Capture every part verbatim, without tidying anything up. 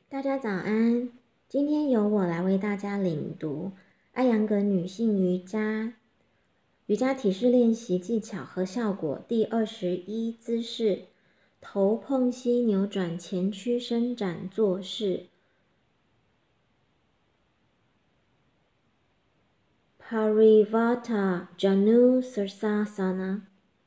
大家早安，今天由我来为大家领读艾扬格女性瑜伽瑜伽体式练习技巧和效果第二十一姿势：头碰膝扭转前屈伸展坐式 Parivarta Janu Sirsasana。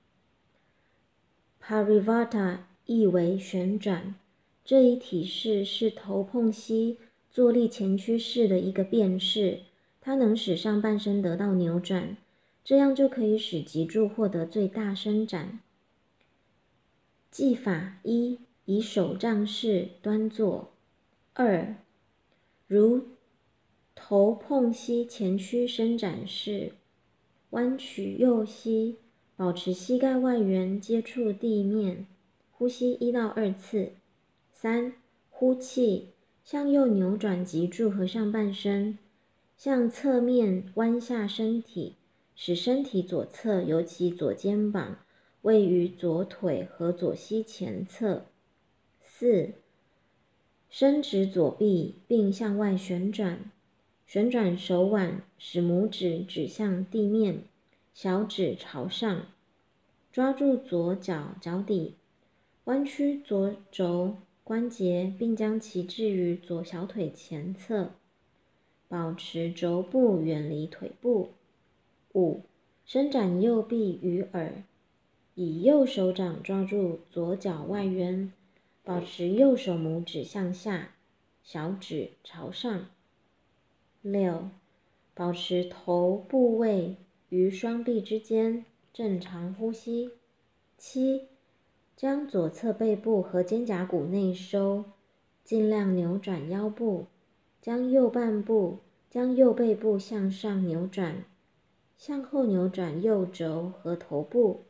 Parivarta 意为旋转，这一体式是头碰膝坐立前屈式的一个变式，它能使上半身得到扭转，这样就可以使脊柱获得最大伸展。技法一，以手杖式端坐。二，如头碰膝前屈伸展式，弯曲右膝，保持膝盖外缘接触地面，呼吸一到二次。三，呼气，向右扭转脊柱和上半身，向侧面弯下身体，使身体左侧，尤其左肩膀位于左腿和左膝前侧。四，伸直左臂并向外旋转，旋转手腕，使拇指指向地面，小指朝上，抓住左脚脚底，弯曲左肘关节，并将其置于左小腿前侧，保持肘部远离腿部。五，伸展右臂与耳，以右手掌抓住左脚外缘，保持右手拇指向下，小指朝上。六，保持头部位于双臂之间，正常呼吸。七，将左侧背部和肩胛骨内收，尽量扭转腰部，将右半部、将右背部向上扭转，向后扭转右肘和头部。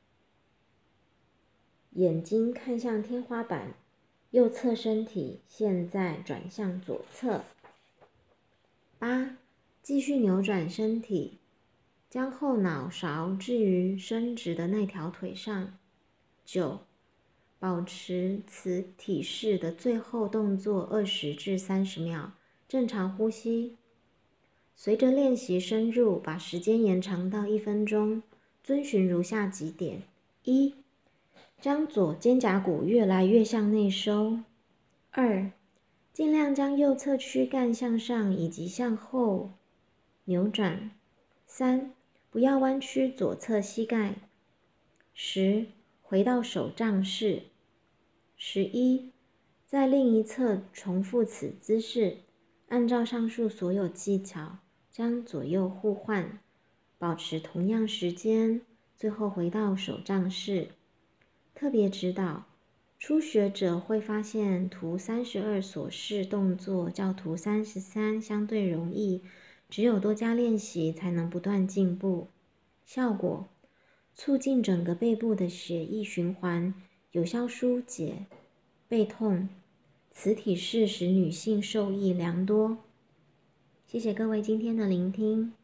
眼睛看向天花板，右侧身体现在转向左侧。八，继续扭转身体，将后脑勺置于伸直的那条腿上。九，保持此体式的最后动作二十至三十秒，正常呼吸。随着练习深入，把时间延长到一分钟，遵循如下几点：一，将左肩胛骨越来越向内收。二，尽量将右侧躯干向上以及向后扭转。三，不要弯曲左侧膝盖。十，回到手杖式。十一，在另一侧重复此姿势，按照上述所有技巧，将左右互换，保持同样时间，最后回到手杖式。特别指导：初学者会发现图三十二所示动作较图三十三相对容易，只有多加练习才能不断进步。效果：促进整个背部的血液循环，有效疏解背痛。此体式使女性受益良多。谢谢各位今天的聆听。